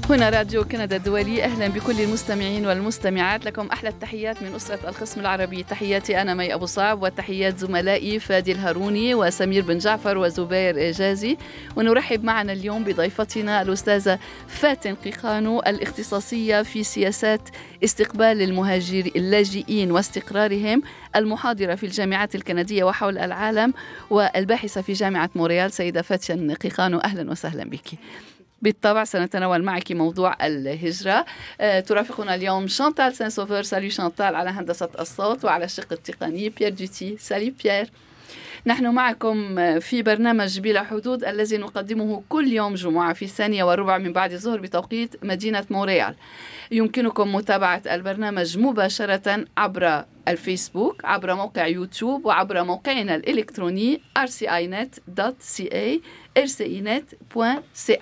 هنا راديو كندا الدولي. أهلا بكل المستمعين والمستمعات، لكم أحلى التحيات من أسرة القسم العربي. تحياتي أنا مي أبو صعب، وتحيات زملائي فادي الهاروني وسمير بن جعفر وزبير جازي. ونرحب معنا اليوم بضيفتنا الأستاذة فاتن قيقانو، الاختصاصية في سياسات استقبال اللاجئين واستقرارهم، المحاضرة في الجامعات الكندية وحول العالم، والباحثة في جامعة مونريال. سيدة فاتن قيقانو، أهلا وسهلا بك. بالطبع سنتناول معك موضوع الهجرة. ترافقنا اليوم شانتال سان سوفر. سالي شانتال على هندسة الصوت، وعلى الشق التقني بيير دوتي. سالي بيير. نحن معكم في برنامج بلا حدود الذي نقدمه كل يوم جمعة في 1:15 من بعد الظهر بتوقيت مدينة مونريال. يمكنكم متابعة البرنامج مباشرة عبر الفيسبوك، عبر موقع يوتيوب، وعبر موقعنا الإلكتروني rcinet.ca rcinet.ca.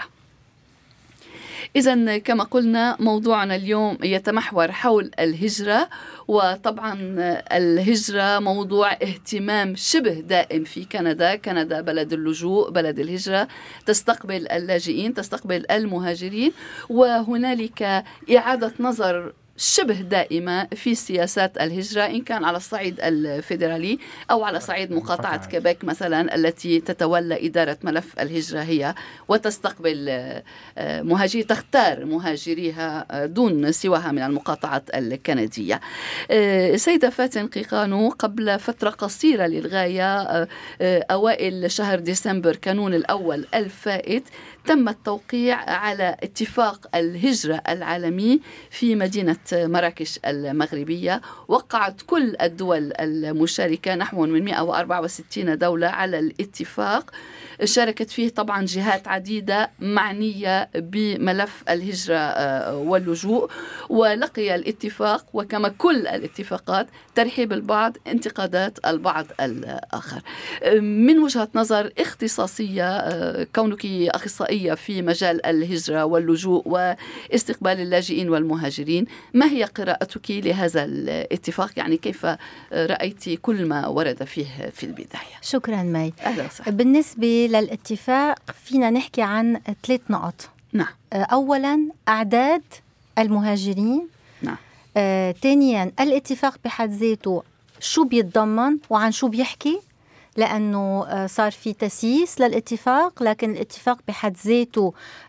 إذن كما قلنا موضوعنا اليوم يتمحور حول الهجرة، وطبعا الهجرة موضوع اهتمام شبه دائم في كندا. كندا بلد اللجوء، بلد الهجرة، تستقبل اللاجئين، تستقبل المهاجرين، وهنالك إعادة نظر شبه دائمة في سياسات الهجرة، إن كان على الصعيد الفيدرالي أو على صعيد مقاطعة كيبيك مثلا، التي تتولى إدارة ملف الهجرة هي، وتستقبل مهاجري، تختار مهاجريها دون سواها من المقاطعات الكندية. سيدة فاتن قيقانو، قبل فترة قصيرة للغاية، أوائل شهر ديسمبر كانون الأول الفائت، تم التوقيع على اتفاق الهجرة العالمي في مدينة مراكش المغربية. وقعت كل الدول المشاركة، نحو من 164 دولة، على الاتفاق. شاركت فيه طبعا جهات عديدة معنية بملف الهجرة واللجوء. ولقي الاتفاق، وكما كل الاتفاقات، ترحيب البعض، انتقادات البعض الآخر. من وجهة نظر اختصاصية، كونك أخصائية في مجال الهجرة واللجوء واستقبال اللاجئين والمهاجرين، ما هي قراءتك لهذا الاتفاق؟ يعني كيف رأيت كل ما ورد فيه في البداية؟ شكرا مي. أهلا وسهلا. بالنسبة للاتفاق فينا نحكي عن 3 نقط. نعم. أولا أعداد المهاجرين. نعم. ثانيا الاتفاق بحد ذاته شو بيتضمن وعن شو بيحكي، لأنه صار في تسييس للاتفاق، لكن الاتفاق بحد ذاته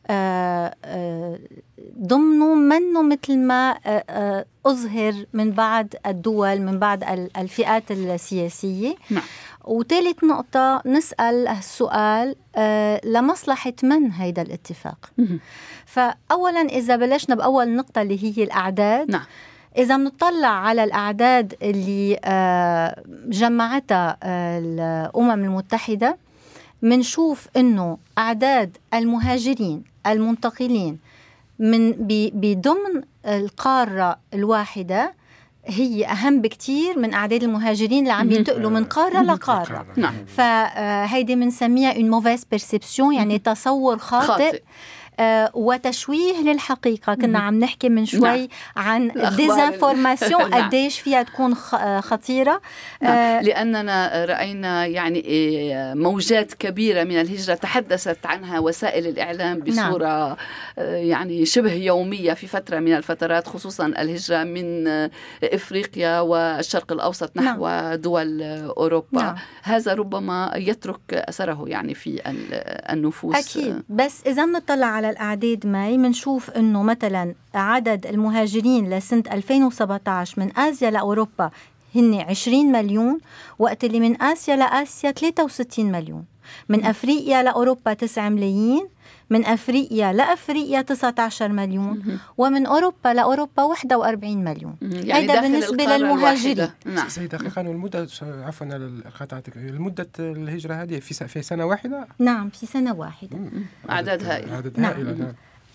ضمنه منه مثل ما أظهر من بعض الدول، من بعض الفئات السياسية. نعم. وثالث نقطة نسأل السؤال لمصلحة من هيدا الاتفاق. فأولا إذا بلشنا بأول نقطة اللي هي الأعداد. نعم. إذا بنطلع على الأعداد اللي جمعتها الأمم المتحدة، منشوف إنه أعداد المهاجرين المنتقلين بضمن القارة الواحدة هي أهم بكتير من أعداد المهاجرين اللي عم ينتقلوا من قارة لقارة. نعم. فهيدي بنسميها une mauvaise perception، يعني تصور خاطئ. وتشويه للحقيقة. كنا عم نحكي من شوي عن ديزانفورماسيون قديش فيها تكون خطيرة. لأننا رأينا يعني موجات كبيرة من الهجرة تحدثت عنها وسائل الإعلام بصورة يعني شبه يومية في فترة من الفترات، خصوصا الهجرة من إفريقيا والشرق الأوسط نحو دول أوروبا. هذا ربما يترك أثره يعني في النفوس. أكيد. بس إذا نطلع على الأعداد ماي، منشوف أنه مثلا عدد المهاجرين لسنة 2017 من آسيا لأوروبا هن 20 مليون، وقت اللي من آسيا لآسيا 63 مليون، من أفريقيا لأوروبا 9 ملايين، من أفريقيا لأفريقيا 19 مليون، ومن أوروبا لأوروبا 41 مليون. يعني هذا بالنسبة للمهاجرين. نعم. سيدة قيقانو، المدة، عفوا على قطعتك، المدة الهجرة هذه في سنة واحدة؟ نعم، في سنة واحدة. أعداد هائلة. نعم.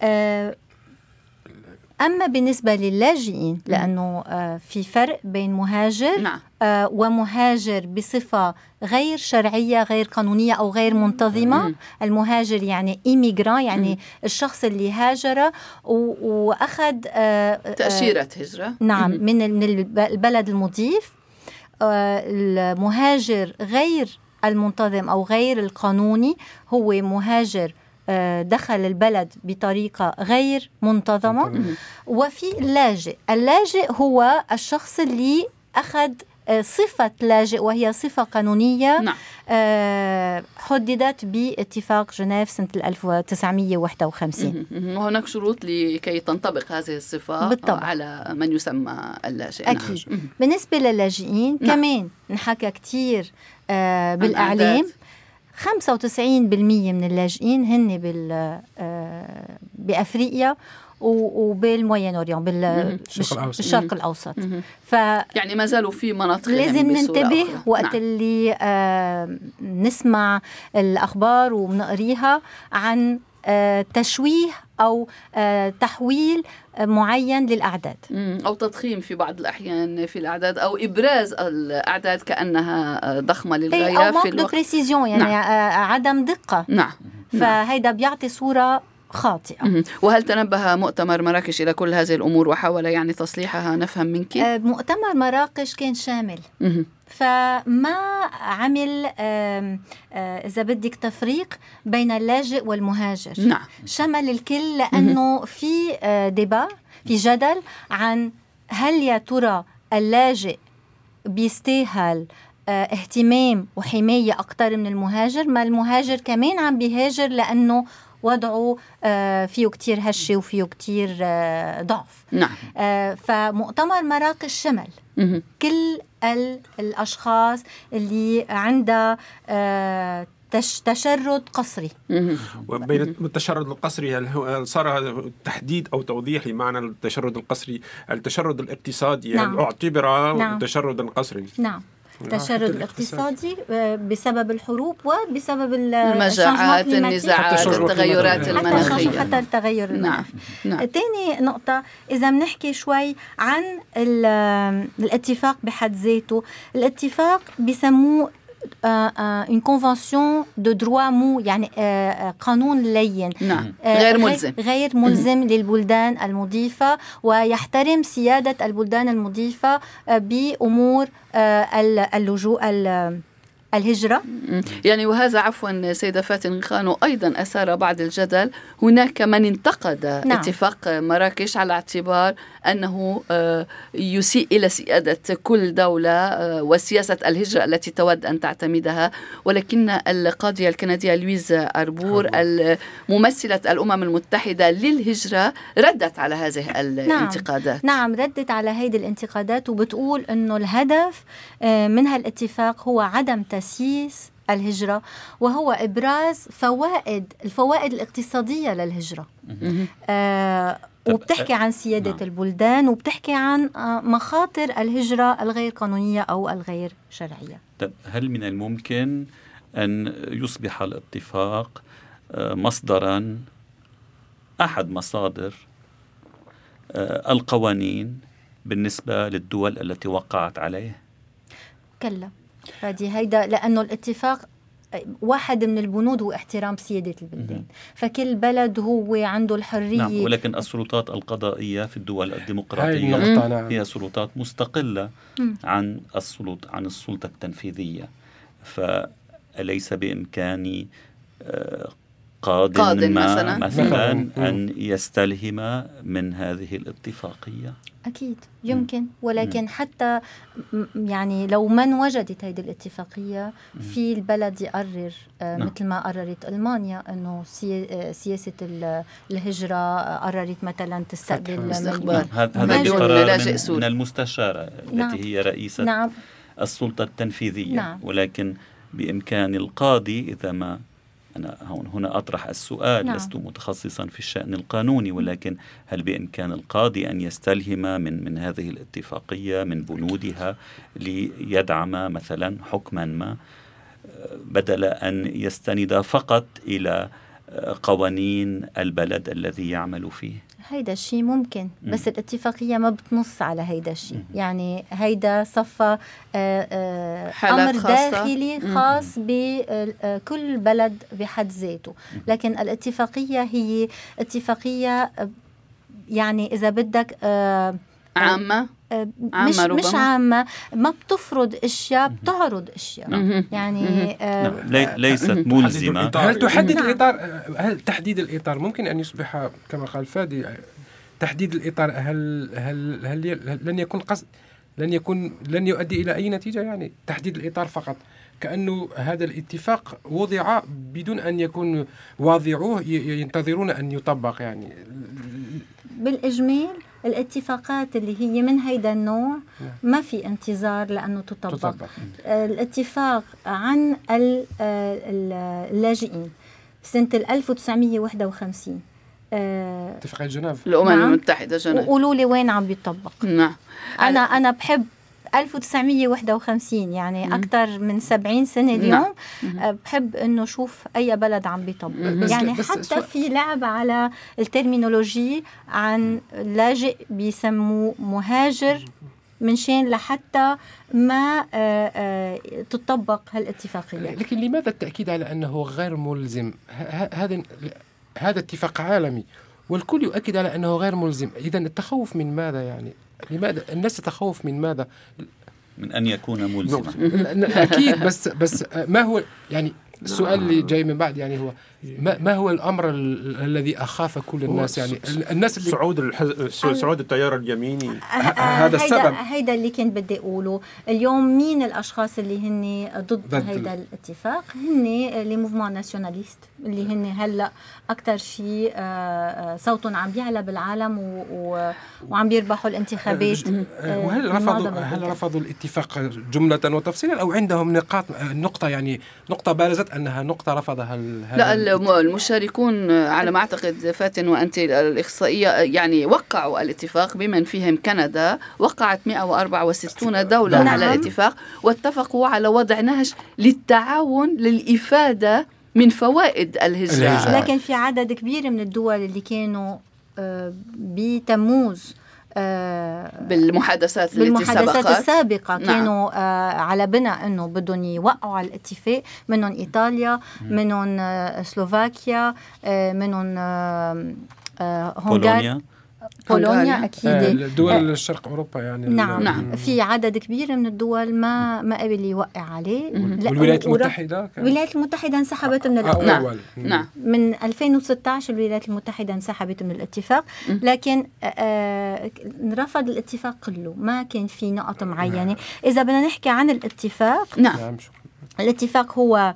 أما بالنسبة للاجئين، لأنه في فرق بين مهاجر نعم. ومهاجر بصفة غير شرعية، غير قانونية أو غير منتظمة. المهاجر يعني إيميغران، يعني الشخص اللي هاجر وأخذ تأشيرة هجرة. نعم، من البلد المضيف. المهاجر غير المنتظم أو غير القانوني هو مهاجر دخل البلد بطريقة غير منتظمة. وفي اللاجئ هو الشخص اللي أخذ صفة لاجئ، وهي صفة قانونية. نعم. حددت باتفاق جنيف سنة 1951. وهناك شروط لكي تنطبق هذه الصفة بالطبع على من يسمى اللاجئ. أكيد. نعم. بالنسبة للاجئين كمان نحكى كتير بالإعلام. 95% من اللاجئين هن بأفريقيا وبالموين أوريون، بالشرق الأوسط. يعني ما زالوا في مناطق لازم ننتبه وقت اللي نسمع الأخبار وبنقريها عن تشويه أو تحويل معين للأعداد، أو تضخيم في بعض الأحيان في الأعداد، أو إبراز الأعداد كأنها ضخمة للغاية، أو manque de précision، يعني عدم دقة. نعم. فهيدا بيعطي صورة خاطئة. وهل تنبه مؤتمر مراكش إلى كل هذه الأمور وحاول يعني تصليحها؟ نفهم منك. مؤتمر مراكش كان شامل، فما عمل إذا بدك تفريق بين اللاجئ والمهاجر. نعم. شمل الكل، لأنه في ديبا، في جدل عن هل يا ترى اللاجئ بيستاهل اهتمام وحماية أكتر من المهاجر، ما المهاجر كمان عم بيهاجر لأنه وضعه فيه كتير هشة وفيه كتير ضعف. نعم. فمؤتمر مراكش شمل كل الأشخاص اللي عندها تشرد قسري. وبين التشرد القسري هل صار تحديد أو توضيح لمعنى التشرد القسري؟ التشرد الاقتصادي هل اعتبر تشردا قسري؟ نعم. التشرد الاقتصادي بسبب الحروب وبسبب المجاعات، النزاعات، التغيرات المناخية، حتى التغير المناخي. نعم. تاني نقطة، إذا بنحكي شوي عن الاتفاق بحد ذاته، الاتفاق بيسموه une convention de droit mou، يعني قانون لين. نعم. غير ملزم للبلدان المضيفة، ويحترم سيادة البلدان المضيفة بأمور اللجوء الهجرة. يعني وهذا عفوا سيدة فاتن خانو أيضا أثار بعض الجدل. هناك من انتقد اتفاق مراكش على اعتبار أنه يسيء إلى سيادة كل دولة وسياسة الهجرة التي تود أن تعتمدها، ولكن القاضية الكندية لويز أربور ممثلة الأمم المتحدة للهجرة ردت على هذه الانتقادات. نعم، ردت على هذه الانتقادات، وبتقول أنه الهدف من هالاتفاق هو عدم تسييس الهجرة، وهو إبراز الفوائد الاقتصادية للهجرة. وبتحكي عن سيادة البلدان، وبتحكي عن مخاطر الهجرة الغير قانونية أو الغير شرعية. هل من الممكن أن يصبح الاتفاق مصدرا، أحد مصادر القوانين بالنسبة للدول التي وقعت عليه؟ كلا، هيدا لأنه الاتفاق واحد من البنود هو احترام سيادة البلدان، فكل بلد هو عنده الحرية. نعم، ولكن السلطات القضائية في الدول الديمقراطية هي سلطات مستقلة عن السلطة التنفيذية. فأليس بإمكان قاضٍ مثلا أن يستلهم من هذه الاتفاقية؟ أكيد يمكن، ولكن حتى يعني لو من وجدت هذه الاتفاقية في البلد يقرر مثل ما قررت ألمانيا أنه سياسة الهجرة قررت مثلا تستقبل هذا قرار من المستشارة التي هي رئيسة السلطة التنفيذية. ولكن بإمكان القاضي، إذا ما أنا هنا أطرح السؤال، لست متخصصا في الشأن القانوني، ولكن هل بإمكان القاضي أن يستلهم من هذه الاتفاقية من بنودها ليدعم مثلا حكما ما، بدل أن يستند فقط إلى قوانين البلد الذي يعمل فيه؟ هيدا الشيء ممكن، بس الاتفاقية ما بتنص على هيدا الشيء. يعني هيدا صفة أمر داخلي خاص بكل بلد بحد ذاته، لكن الاتفاقية هي اتفاقية يعني إذا بدك مش عامة، ما بتفرض اشياء، بتعرض اشياء. يعني ليست ملزمة. هل تحدد الإطار؟ هل تحديد الإطار ممكن أن يصبح كما قال فادي؟ تحديد الإطار هل لن يؤدي إلى أي نتيجة؟ يعني تحديد الإطار فقط، كأنه هذا الاتفاق وضع بدون أن يكون واضعوه ينتظرون أن يطبق. يعني بالإجمال الاتفاقات اللي هي من هيدا النوع ما في انتظار لأنه تطبق. الاتفاق عن اللاجئين سنة 1951 اتفاقية جنيف الأمم المتحدة جنيف. وقولوا لي وين عم بيطبق؟ نعم. أنا بحب 1951 يعني أكثر من 70 سنة اليوم. بحب إنه شوف أي بلد عم بيطبق. يعني حتى في لعب على الترمينولوجي عن لاجئ بيسموه مهاجر من شان لحتى ما تطبق هالاتفاقية. لكن لماذا التأكيد على أنه غير ملزم؟ هذا اتفاق عالمي والكل يؤكد على أنه غير ملزم. إذن التخوف من ماذا؟ يعني لماذا الناس تتخوف من ماذا؟ من أن يكون ملزما. أكيد. بس ما هو يعني السؤال اللي جاي من بعد يعني هو ما هو الأمر الذي أخاف كل الناس؟ يعني الناس اللي صعود التيار اليميني هذا السبب. هيدا اللي كنت بدي أقوله اليوم. مين الأشخاص اللي هن ضد هيدا الاتفاق؟ هن اللي موفمون ناسيوناليست اللي هن هلأ أكتر شيء صوتهم عم بيعلى بالعالم وعم بيربحوا الانتخابات. هل رفضوا الاتفاق جملة وتفصيلا أو عندهم نقطة يعني نقطة بارزت أنها نقطة رفضها؟ لا، المشاركون على ما أعتقد فاتن وأنت الإخصائية يعني وقعوا الاتفاق بمن فيهم كندا. وقعت 164 دولة على الاتفاق واتفقوا على وضع نهج للتعاون للإفادة من فوائد الهجرة. لكن في عدد كبير من الدول اللي كانوا بتموز بالمحادثات السابقة كانوا على بناء أنه بدهم يوقعوا على الاتفاق. منهم إيطاليا، منهم سلوفاكيا، منهم بولونيا أكيد، دول الشرق أوروبا يعني. نعم. في عدد كبير من الدول ما قبل يوقع عليه. والولايات المتحدة الولايات المتحدة انسحبت من الأول. نعم. من 2016 الولايات المتحدة انسحبت من الاتفاق، لكن رفض الاتفاق كله. ما كان في نقط معينة. إذا بدنا نحكي عن الاتفاق، نعم. الاتفاق هو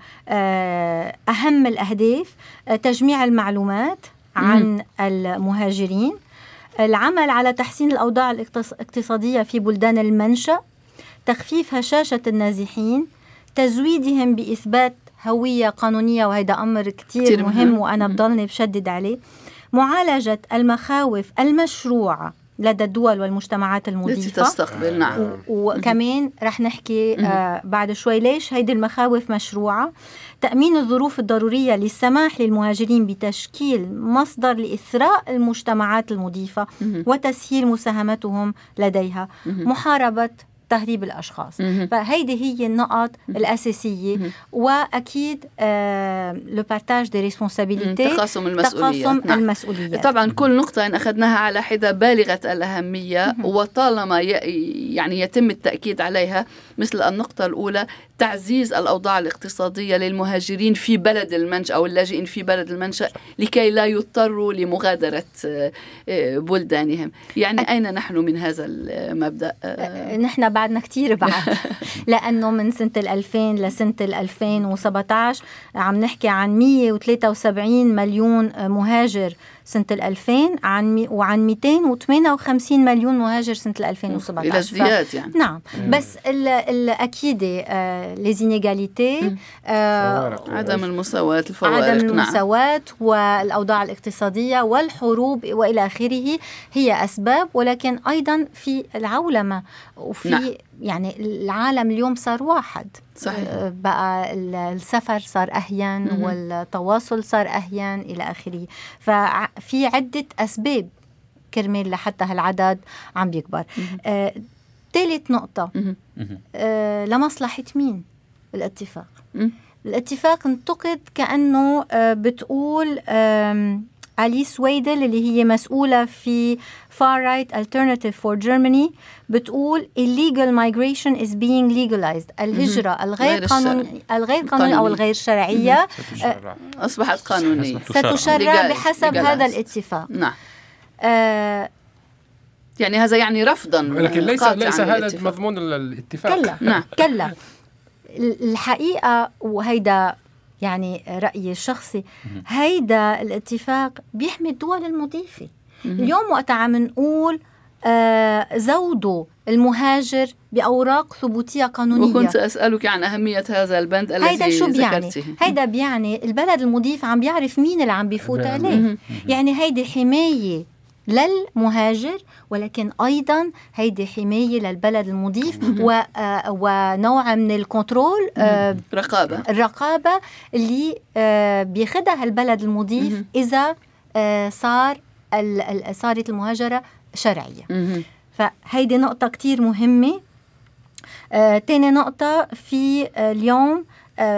أهم الأهداف تجميع المعلومات عن المهاجرين، العمل على تحسين الأوضاع الاقتصادية في بلدان المنشأ، تخفيف هشاشة النازحين، تزويدهم بإثبات هوية قانونية، وهذا أمر كتير مهم وأنا بضلني بشدد عليه، معالجة المخاوف المشروعة لدى الدول والمجتمعات المضيفة التي تستقبل. نعم. وكمان رح نحكي بعد شوي ليش هيدي المخاوف مشروعة. تأمين الظروف الضرورية للسماح للمهاجرين بتشكيل مصدر لإثراء المجتمعات المضيفة وتسهيل مساهمتهم لديها، محاربة تهريب الأشخاص. فهيدي هي النقط الأساسية. وأكيد le partage des responsabilités، تقاسم المسؤوليات. طبعا كل نقطة إن أخذناها على حدة بالغة الأهمية، وطالما يعني يتم التأكيد عليها، مثل النقطة الأولى تعزيز الأوضاع الاقتصادية للمهاجرين في بلد المنشأ أو اللاجئين في بلد المنشأ لكي لا يضطروا لمغادرة بلدانهم. يعني أين نحن من هذا المبدأ؟ نحن بعدنا كتير بعد لأنه من سنة 2000 لسنة 2017 عم نحكي عن 173 مليون مهاجر سنة 2000 وعن 258 مليون مهاجر سنة 2017. إلى ازدياد يعني. نعم. بس الأكيد ليزينيغاليتي، عدم المساواة، الفوارق، عدم المساواة والأوضاع الاقتصادية والحروب وإلى آخره هي أسباب. ولكن أيضا في العولمة وفي يعني العالم اليوم صار واحد. صحيح. بقى السفر صار أهين والتواصل صار أهين إلى آخره. ففي عدة أسباب كرمال لحتى هالعدد عم بيكبر. ثالث نقطة، لمصلحة مين الاتفاق؟ الاتفاق انتقد كأنه بتقول أليس ويدل اللي هي مسؤولة في Far Right Alternative for Germany بتقول illegal migration is being legalized. الهجرة الغير قانونية أو الغير شرعية أصبحت قانونية، ستشرع بحسب هذا الاتفاق. نعم. يعني هذا يعني رفضا، لكن ليس هذا مضمون الاتفاق. كلا الحقيقة، وهيدا يعني رأيي الشخصي، هيدا الاتفاق بيحمي الدول المضيفة. اليوم وقت عم نقول زودوا المهاجر بأوراق ثبوتية قانونية، وكنت أسألك عن أهمية هذا البند الذي هيدا شو بيعني؟ ذكرته. هيدا بيعني البلد المضيف عم بيعرف مين اللي عم بيفوت عليه. يعني هيدي حماية للمهاجر، ولكن أيضا هيدي حماية للبلد المضيف ونوع من الكنترول، الرقابة اللي بيخدها البلد المضيف إذا صارت المهاجرة شرعية. فهيدي نقطة كتير مهمة. تاني نقطة، في اليوم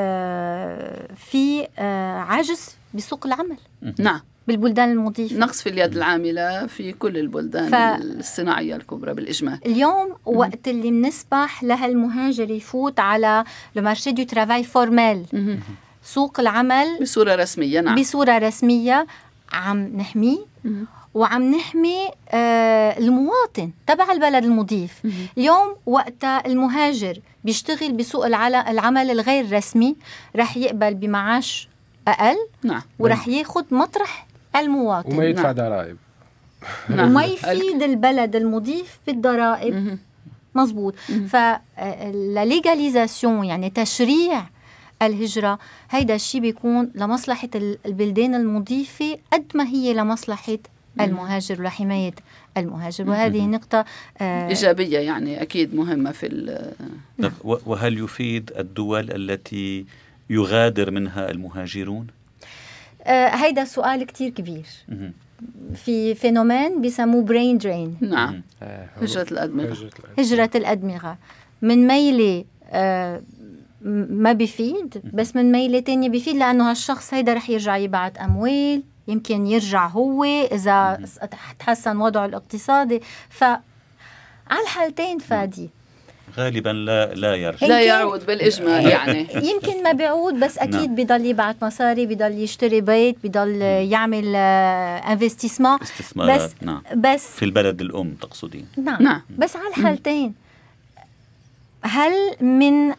في عجز بسوق العمل. نعم، بالبلدان المضيفة، نقص في اليد العاملة في كل البلدان الصناعية الكبرى بالإجمال. اليوم وقت اللي منسبح لهالمهاجر يفوت على المارشي دو ترافاي فورمال، سوق العمل بصورة رسمية. نعم، بصورة رسمية عم نحميه وعم نحمي المواطن تبع البلد المضيف. اليوم وقت المهاجر بيشتغل بسوق العمل الغير رسمي رح يقبل بمعاش أقل. نعم. ورح ياخد مطرح المواطن وما يدفع ضرائب. وما يفيد البلد المضيف بالضرائب. مزبوط. فالليغاليزاسيون يعني تشريع الهجرة، هيدا الشيء بيكون لمصلحة البلدان المضيفة قد ما هي لمصلحة المهاجر ولحماية المهاجر. وهذه نقطة إيجابية يعني أكيد مهمة في وهل يفيد الدول التي يغادر منها المهاجرون؟ هيدا سؤال كتير كبير. في فينومين بيسموه برين درين. نعم، هجرة الأدمغة. من ميلة ما بيفيد، بس من ميلة تانية بيفيد، لأنه هالشخص هيدا رح يرجع يبعت أموال، يمكن يرجع هو إذا تحسن وضعه الاقتصادي. فعلى الحالتين فادي. غالبا لا يرجع، لا يعود بالإجمال. يعني يمكن ما بيعود، بس أكيد بيضل يبعت مصاري، بيضل يشتري بيت، بيضل يعمل استثمارات. بس في البلد الأم تقصدين؟ نعم. بس على الحالتين هل من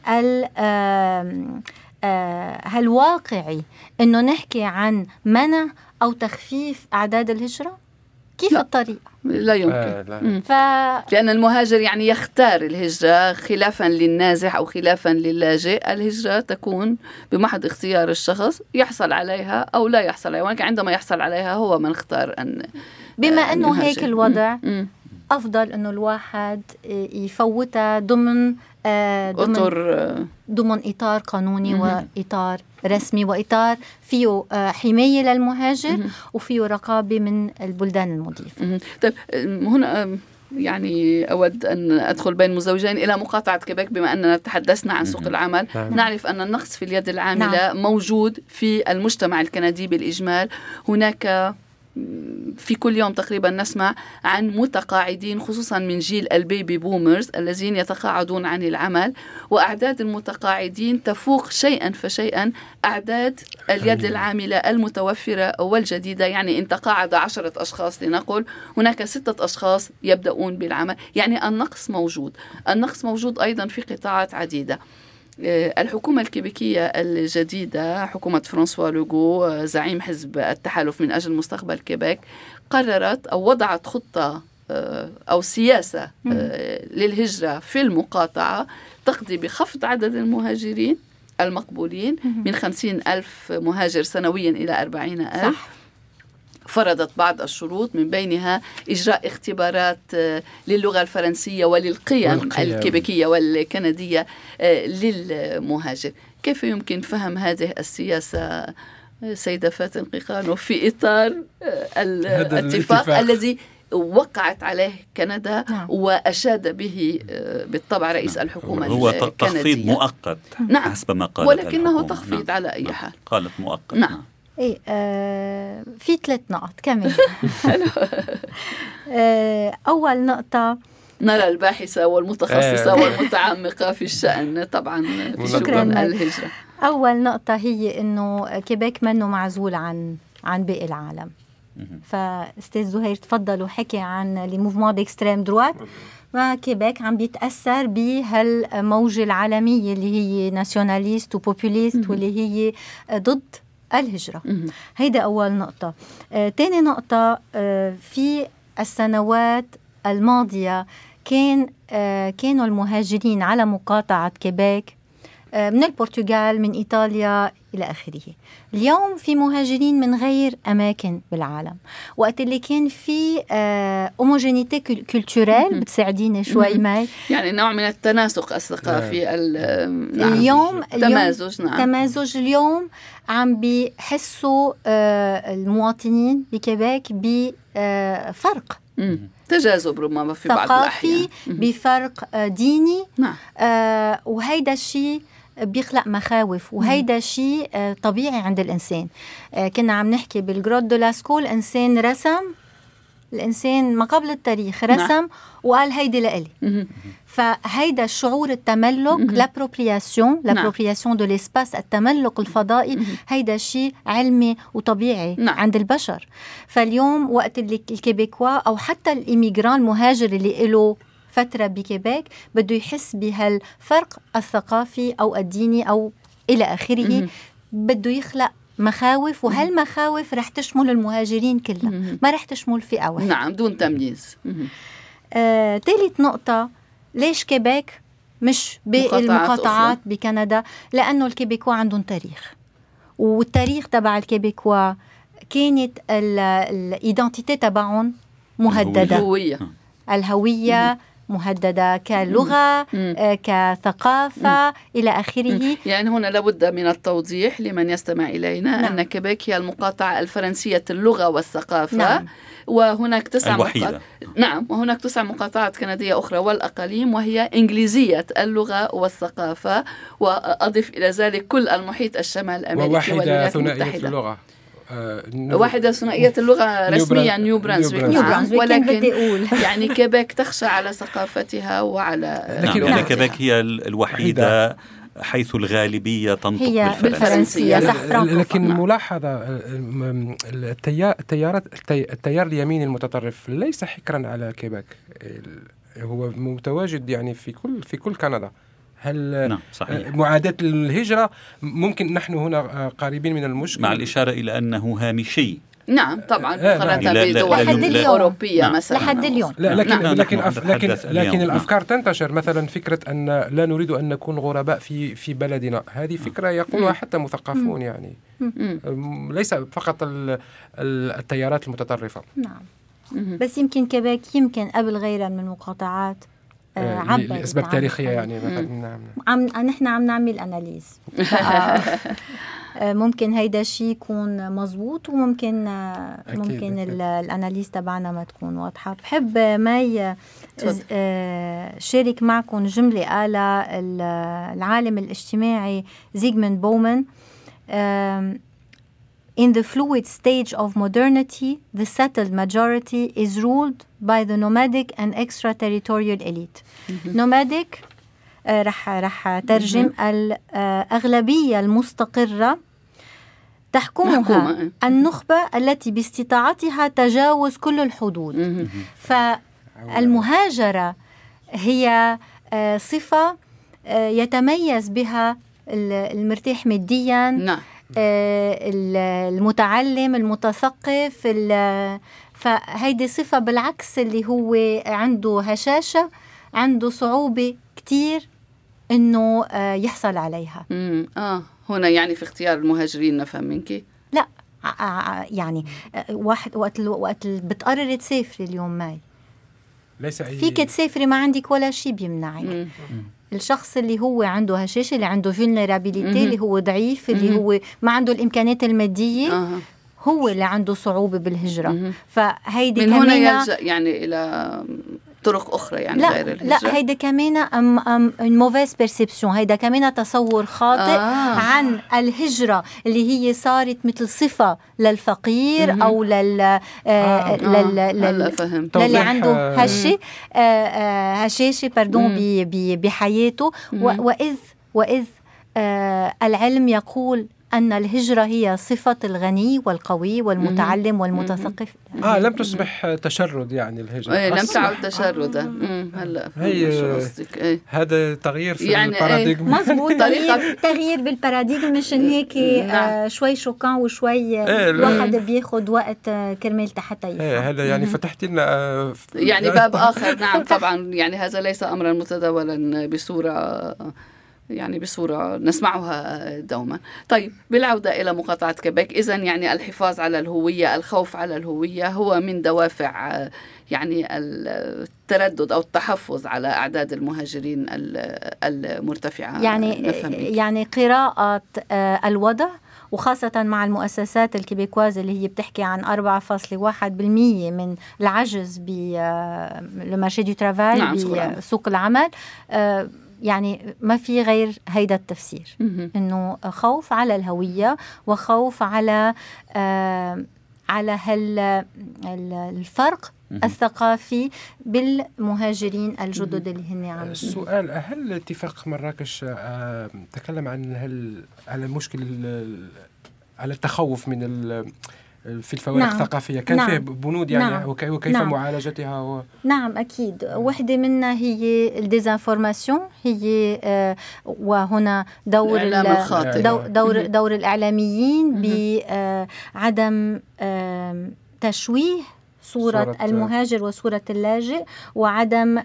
هالواقعي إنه نحكي عن منع أو تخفيف أعداد الهجرة؟ كيف لا. الطريقة؟ لا يمكن. لأن المهاجر يعني يختار الهجرة خلافا للنازح أو خلافا للاجئ. الهجرة تكون بمحض اختيار الشخص، يحصل عليها أو لا يحصل عليها، ولكن عندما يحصل عليها هو من اختار أن بما أنه هيك الوضع أفضل أنه الواحد يفوتها ضمن إطار قانوني وإطار رسمي وإطار فيه حماية للمهاجر وفيه رقابة من البلدان المضيفة. طيب هنا يعني أود أن أدخل بين مزوجين إلى مقاطعة كيبيك. بما أننا تحدثنا عن سوق العمل، نعرف أن النقص في اليد العاملة موجود في المجتمع الكندي بالإجمال. هناك في كل يوم تقريبا نسمع عن متقاعدين، خصوصا من جيل البيبي بومرز الذين يتقاعدون عن العمل، وأعداد المتقاعدين تفوق شيئا فشيئا أعداد اليد العاملة المتوفرة والجديدة. يعني إن تقاعد 10 أشخاص لنقل، هناك 6 أشخاص يبدأون بالعمل. يعني النقص موجود. النقص موجود أيضا في قطاعات عديدة. الحكومة الكيبيكية الجديدة، حكومة فرانسوا لوغو زعيم حزب التحالف من أجل مستقبل كيبيك، قررت أو وضعت خطة أو سياسة للهجرة في المقاطعة تقضي بخفض عدد المهاجرين المقبولين من 50,000 مهاجر سنويا إلى 40,000. فرضت بعض الشروط، من بينها إجراء اختبارات للغة الفرنسية وللقيم الكيبيكية والكندية للمهاجر. كيف يمكن فهم هذه السياسة سيدة فاتن قيقانو في إطار الاتفاق الذي وقعت عليه كندا وأشاد به بالطبع رئيس الحكومة هو تخفيض مؤقت حسب ما قالت ولكنه تخفيض على أي حال. قالت مؤقت. ايه في 3 نقط كمان. أول نقطة، نرى الباحثة والمتخصصة والمتعمقة في الشأن طبعا في شؤون الهجرة. أول نقطة هي إنه كيبيك منه معزول عن باقي العالم. فأستاذ زهير تفضل وحكي عن لي موفمون ديكستريم دروات، ما كيبيك عم بيتأثر بهالموجة العالمية اللي هي ناسيوناليست وبوبوليست واللي هي ضد الهجرة. هيدا أول نقطة. تاني نقطة، في السنوات الماضية كانوا المهاجرين على مقاطعة كيبيك من البرتغال، من إيطاليا إلى آخره. اليوم في مهاجرين من غير أماكن بالعالم. وقت اللي كان في هوموجينيتي كولتورال، بتساعديني شوي ماي، يعني نوع من التناسق الثقافي. اليوم تمازج. تمازج. اليوم عم بيحسوا المواطنين بكيبيك بفرق تجاذب ربما في بعض الأحيان، بفرق ديني. وهيدا الشيء بيخلق مخاوف، وهيدا شيء طبيعي عند الإنسان. كنا عم نحكي بالجروت دو لاسكو، الإنسان رسم، الإنسان ما قبل التاريخ رسم وقال هيدي لإلي. فهيدا الشعور التملك، لابروبرياسيون دو ليسباس، التملك الفضائي، هيدا شيء علمي وطبيعي عند البشر. فاليوم وقت اللي الكيبيكوا أو حتى الإيميغران المهاجر اللي له فترة بكيبيك بده يحس بهالفرق الثقافي أو الديني أو إلى آخره، بده يخلق مخاوف، وهالمخاوف رح تشمل المهاجرين كلها، ما رح تشمل فئة واحدة. نعم، دون تمييز. ثالث نقطة، ليش كيبيك مش باقي المقاطعات بكندا؟ لأنه الكيبيكوا عندهم تاريخ، والتاريخ تبع الكيبيكوا كانت الإيدنتيتي تبعهم مهددة، الهوية مهددة كلغة، كثقافة إلى آخره. يعني هنا لابد من التوضيح لمن يستمع إلينا أن كيبيك هي المقاطعة الفرنسية اللغة والثقافة. وهناك 9 وهناك 9 مقاطعات كندية أخرى والأقاليم، وهي إنجليزية اللغة والثقافة، وأضف إلى ذلك كل المحيط الشمال الأمريكي والولايات المتحدة. اللغة واحدة ثنائية اللغة رسميا نيو برانسويك، ولكن يعني كيبيك تخشى على ثقافتها وعلى يعني كيبيك هي الوحيدة حيث الغالبية تنطق بالفرنسية. لكن ملاحظة، التيار اليميني المتطرف ليس حكرا على كيبيك، هو متواجد يعني في كل كندا. هل معاداة الهجرة ممكن نحن هنا قريبين من المشكلة، مع الإشارة إلى أنه هامشي. نعم طبعا، مقارنة بدول أوروبية مثلا لحد اليوم. لكن الأفكار تنتشر، مثلا فكرة أن لا نريد أن نكون غرباء في بلدنا، هذه فكرة يقولها حتى مثقفون، يعني ليس فقط التيارات المتطرفة. نعم، بس يمكن كيبيك قبل غيرها من المقاطعات لأسباب تاريخية يعني مثلا. نحن عم نعمل أناليز. ممكن هيدا الشيء يكون مزبوط، وممكن الأناليز تبعنا ما تكون واضحة. بحب ماي شارك معكم جملة قالها العالم الاجتماعي زيغموند بومان. In the fluid stage of modernity, the settled majority is ruled by the nomadic and extraterritorial elite. nomadic رح ترجم الأغلبية المستقرة تحكمها النخبة التي باستطاعتها تجاوز كل الحدود. فالمهاجرة هي صفة يتميز بها المرتاح ماديا، المتعلم، المثقف. فهيدي صفة بالعكس اللي هو عنده هشاشة، عنده صعوبة كتير إنه يحصل عليها. هنا يعني في اختيار المهاجرين نفهم منك؟ لا، يعني واحد وقت بتقرري تسافري اليوم ماي، ليس فيك تسافري ما عندك ولا شيء بيمنعك. الشخص اللي هو عنده هشاشة، اللي عنده vulnerability، اللي هو ضعيف، اللي هو ما عنده الإمكانيات المادية، هو اللي عنده صعوبة بالهجرة. فهيدي من هنا يلجأ يعني إلى طرق أخرى يعني غير الهجرة؟ لا، هيدا كمان موفيز بيرسيبسيون، هيدا كمان تصور خاطئ عن الهجرة اللي هي صارت مثل صفة للفقير أو للي عنده هشاشة بحياته. وإذ العلم يقول أن الهجرة هي صفة الغني والقوي والمتعلم والمتثقف. لم تصبح تشرد يعني الهجرة. لم تعد تشردا. هلا هذا تغيير في يعني الباراديغم. مظبوط، تغيير بالباراديغم. مشان هيك شوي شوكان وشوي الواحد بياخد وقت كرمال حتى يفهم. هذا يعني فتحت لنا يعني باب آخر. نعم طبعا، يعني هذا ليس أمرا متداولا بصورة نسمعها دوما. طيب، بالعودة إلى مقاطعة كيبيك، إذن يعني الحفاظ على الهوية، الخوف على الهوية هو من دوافع يعني التردد أو التحفظ على أعداد المهاجرين المرتفعة. يعني قراءة الوضع، وخاصة مع المؤسسات الكيبيكواز اللي هي بتحكي عن 4.1% من العجز بالمارشي دو ترافاي، بسوق العمل. يعني ما في غير هيدا التفسير، إنه خوف على الهوية وخوف على الفرق الثقافي بالمهاجرين الجدد اللي هن عم. السؤال: هل اتفاق مراكش تكلم عن على المشكل، على التخوف من في الفوارق الثقافية؟ كان فيه بنود يعني وكيف معالجتها؟ نعم أكيد. واحدة منها هي الديزانفورماسيون، هي وهنا دور الإعلاميين بعدم تشويه صورة المهاجر وصورة اللاجئ، وعدم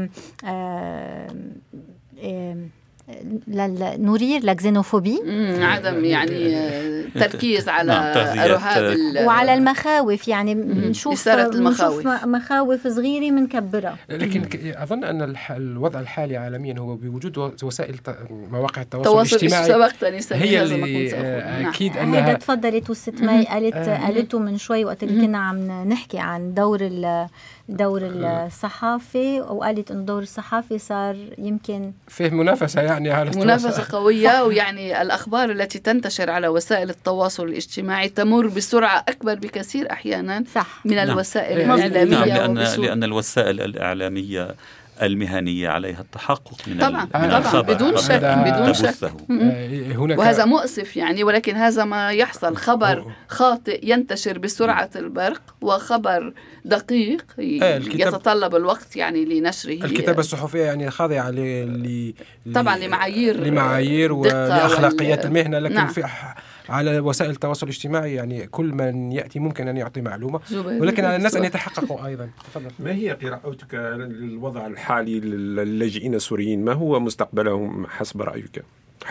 نرير لكزينوفوبي، عدم يعني تركيز على رهاب وعلى المخاوف. يعني نشوف مخاوف صغيرة منكبرة. لكن أظن أن الوضع الحالي عالميا هو بوجود وسائل مواقع التواصل الاجتماعي هي اللي أكيد أنها هذا تفضلت وست ماي قالته من شوي وقت اللي كنا عم نحكي عن دور الصحافة، وقالت إن دور الصحافة صار يمكن فيه منافسة، يعني على منافسة قوية. ويعني الأخبار التي تنتشر على وسائل التواصل الاجتماعي تمر بسرعة أكبر بكثير أحيانا من الوسائل الإعلامية. لأن الوسائل الإعلامية المهنية عليها التحقق من طبعا بدون شك وهذا مؤسف يعني، ولكن هذا ما يحصل. خبر خاطئ ينتشر بسرعة البرق، وخبر دقيق يتطلب الوقت يعني لنشره. الكتابة الصحفية يعني خاضعة طبعا لمعايير ولأخلاقيات المهنة، لكن في على وسائل التواصل الاجتماعي يعني كل من يأتي ممكن أن يعطي معلومة، ولكن على الناس أن يتحققوا أيضا. تفضل. ما هي قراءتك للوضع الحالي للاجئين السوريين؟ ما هو مستقبلهم حسب رأيك؟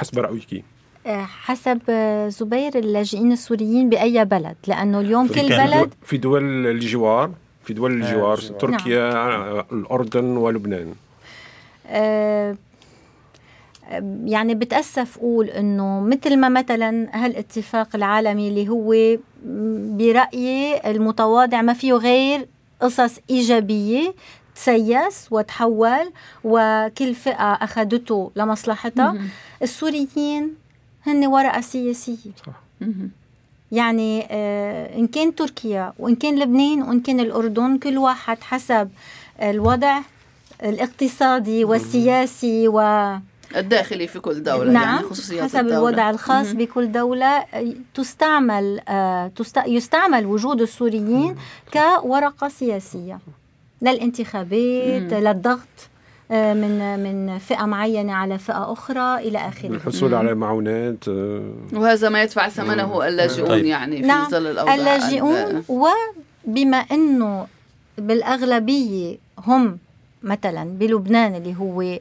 حسب زبير، اللاجئين السوريين بأي بلد؟ لأنه اليوم كل بلد في دول الجوار تركيا، الأردن ولبنان. يعني بتأسف أقول إنه مثل ما مثلا هالاتفاق العالمي اللي هو برأيي المتواضع ما فيه غير قصص إيجابية تسيس وتحول وكل فئة أخذته لمصلحتها. السوريين هن ورقة سياسية. يعني إن كان تركيا وإن كان لبنان وإن كان الأردن، كل واحد حسب الوضع الاقتصادي والسياسي الداخلي في كل دولة. نعم، يعني خصوصيات حسب الوضع الخاص بكل دولة يستعمل وجود السوريين كورقة سياسية للانتخابات، للضغط من فئة معينة على فئة أخرى إلى آخره، الحصول على معونات. وهذا ما يدفع ثمنه اللاجئون. يعني في ظل الأوضاع اللاجئون. وبما أنه بالأغلبية هم مثلا بلبنان اللي هو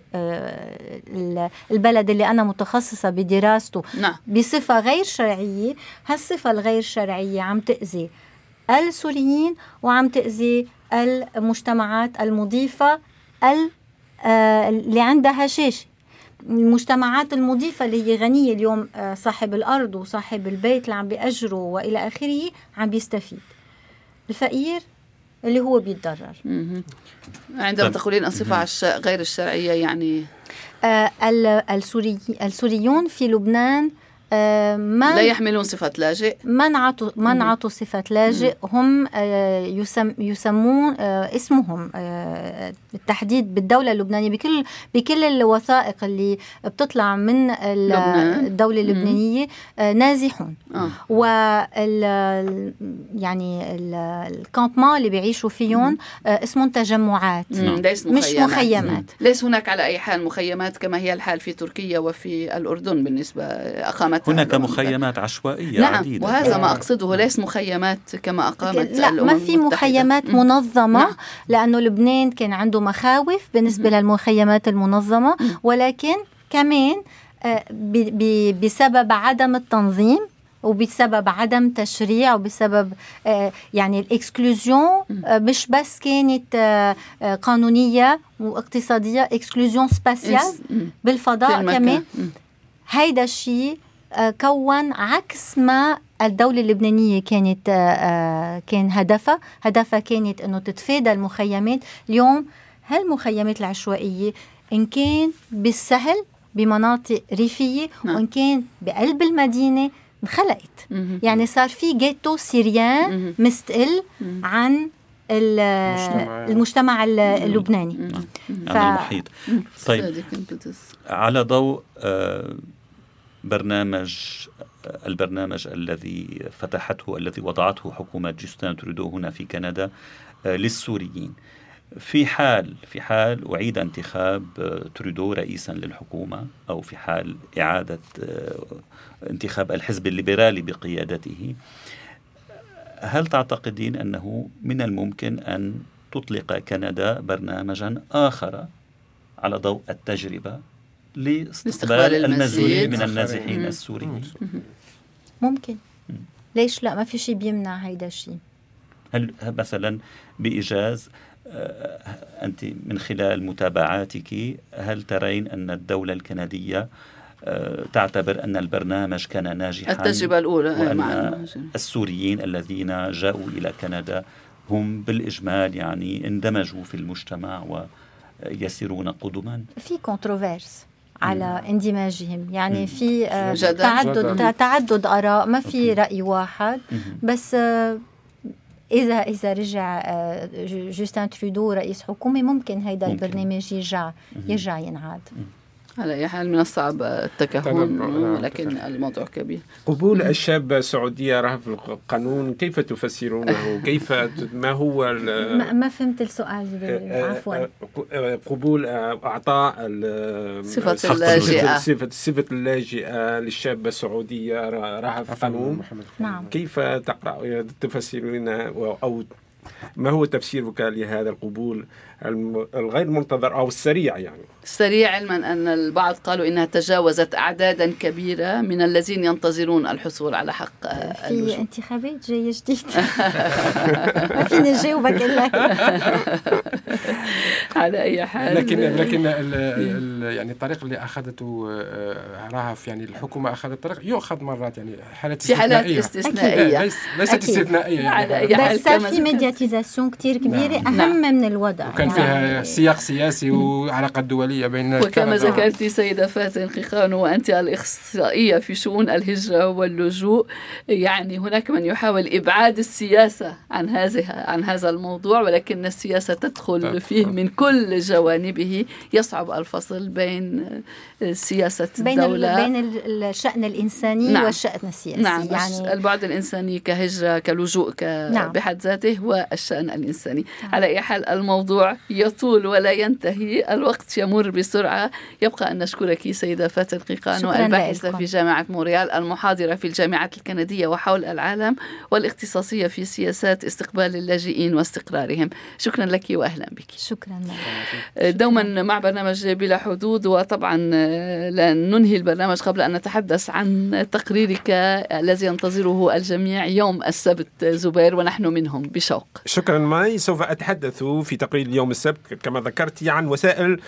البلد اللي أنا متخصصة بدراسته بصفة غير شرعية، هالصفة الغير شرعية عم تأذي السوريين وعم تأذي المجتمعات المضيفة اللي عندها هشاشة. المجتمعات المضيفة اللي هي غنية اليوم، صاحب الأرض وصاحب البيت اللي عم بيأجره وإلى آخره عم بيستفيد. الفقير اللي هو بيتضرر. عندما تقولين أنصفة غير الشرعية يعني السوريون في لبنان لا يحملون صفة لاجئ، من عطوا صفة لاجئ هم يسمون اسمهم التحديد بالدولة اللبنانية بكل الوثائق اللي بتطلع من الدولة اللبنانية نازحون. يعني الكامبمان اللي بيعيشوا فيهم اسمهم تجمعات مش مخيمات. ليس هناك على أي حال مخيمات كما هي الحال في تركيا وفي الأردن بالنسبة أقامت هناك مخيمات عشوائية عديدة. وهذا ما أقصده، ليس مخيمات كما أقامت لا، ما في مخيمات منظمة. لأنه لبنان كان عنده مخاوف بالنسبة للمخيمات المنظمة، ولكن كمان بسبب عدم التنظيم وبسبب عدم تشريع وبسبب يعني الإكسكلوزيون مش بس كانت قانونية واقتصادية، إكسكلوزيون سباسيال بالفضاء كمان. هيدا الشيء كون عكس ما الدولة اللبنانية كان هدفها كانت أنه تتفادى المخيمات. اليوم هالمخيمات العشوائية إن كان بالسهل بمناطق ريفية وإن كان بقلب المدينة انخلقت. يعني صار في جيتو سيريان مستقل عن المجتمع اللبناني عن المحيط. طيب، على ضوء البرنامج الذي فتحته الذي وضعته حكومة جاستن ترودو هنا في كندا للسوريين، في حال أعيد انتخاب ترودو رئيسا للحكومة أو في حال إعادة انتخاب الحزب الليبرالي بقيادته، هل تعتقدين أنه من الممكن أن تطلق كندا برنامجا آخر على ضوء التجربة لاستقبال المزيد من النازحين السوريين؟ ممكن، ليش لا؟ ما في شيء بيمنع هيدا الشيء. هل مثلا بإيجاز أنت من خلال متابعاتك هل ترين أن الدولة الكندية تعتبر أن البرنامج كان ناجحا، التجربة الأولى مع السوريين الذين جاءوا إلى كندا هم بالإجمال يعني اندمجوا في المجتمع ويسيرون قدما؟ في كونتروفيرس على اندماجهم، يعني في تعدد آراء، ما في رأي واحد. بس إذا رجع جاستن ترودو رئيس حكومة ممكن هيدا البرنامج يرجع ينعاد. على أي حال من الصعب التكهن، ولكن الموضوع كبير. قبول الشاب السعودية رهف القانون كيف تفسرونه؟ ما هو ما فهمت السؤال. عفوا. قبول إعطاء صفة اللاجئة، صفة اللاجئة للشاب السعودية رهف القانون. نعم. كيف تفسرين أو ما هو تفسيرك لهذا القبول الغير منتظر أو السريع؟ يعني السريع، علما أن البعض قالوا إنها تجاوزت أعدادا كبيرة من الذين ينتظرون الحصول على حق اللجوء. في انتخابات جاية جديدة. ما فيني أجاوبك إلا على أي حال. لكن يعني الطريق اللي أخذته رهف، يعني الحكومة أخذت طريق يؤخذ مرات يعني في حالات استثنائية، ليست استثنائية يعني. بس صار في ميدياتيزاسيون كتير كبيرة. أهم من الوضع، وكان فيها سياق سياسي وعلاقات دولية بين الناس. وكما ذكرت سيدة فاتن قيقانو وأنت الإخصائية في شؤون الهجرة واللجوء، يعني هناك من يحاول إبعاد السياسة عن هذا الموضوع، ولكن السياسة تدخل فيه من كل جوانبه. يصعب الفصل بين سياسة الدولة، بين الشأن الإنساني والشأن السياسي. نعم، يعني البعد الإنساني كهجرة كلجوء بحد ذاته والشأن الإنساني. على أي حال الموضوع يطول ولا ينتهي، الوقت يمر بسرعة. يبقى أن نشكرك سيدة فاتن قيقانو، الباحثة في جامعة مونريال، المحاضرة في الجامعات الكندية وحول العالم، والاختصاصية في سياسات استقبال اللاجئين واستقرارهم. شكرا لك وأهلا بك. شكرا لك. دوما مع برنامج بلا حدود، وطبعا لا ننهي البرنامج قبل أن نتحدث عن تقريرك الذي ينتظره الجميع يوم السبت زبير، ونحن منهم بشوق. شكرا ماي. سوف أتحدث في تقرير اليوم السبت كما ذكرت عن وسائل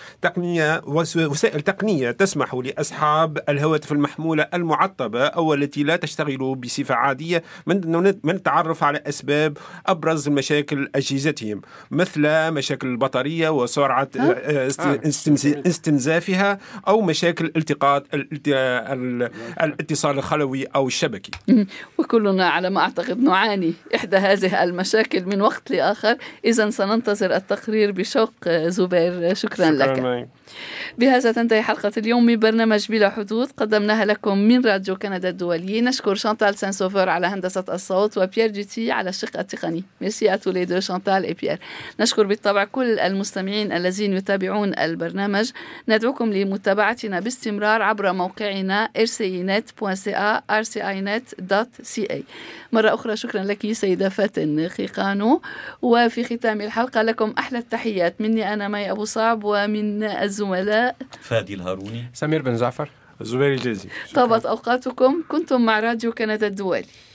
تقنية تسمح لأصحاب الهواتف المحمولة المعطبة أو التي لا تشتغل بصفة عادية من التعرف على أسباب أبرز مشاكل أجهزتهم، مثل مشاكل البطارية وسرعة استنزافها، أو مشاكل التقاط الاتصال الخلوي أو الشبكي. وكلنا على ما أعتقد نعاني إحدى هذه المشاكل من وقت لآخر. إذن سننتظر التقرير بشوق زبير. شكرا لك. بهذا تنتهي حلقة اليوم من برنامج بلا حدود، قدمناها لكم من راديو كندا الدولي. نشكر شانتال سان-سوفور على هندسة الصوت وبيير جيتي على الشق التقني. ميرسي à tous les deux شانتال et بيير. نشكر بالطبع كل المستمعين الذين يتابعون البرنامج. ندعوكم لمتابعتنا باستمرار عبر موقعنا rcinet.ca rcinet.ca. مرة أخرى شكرا لك سيدة فاتن خيقانو. وفي ختام الحلقة لكم أحلى التحيات مني أنا مي أبو صعب ومن الزملاء فادي الهاروني، سمير بن جعفر، زبير الجازي. طابت أوقاتكم. كنتم مع راديو كندا الدولي.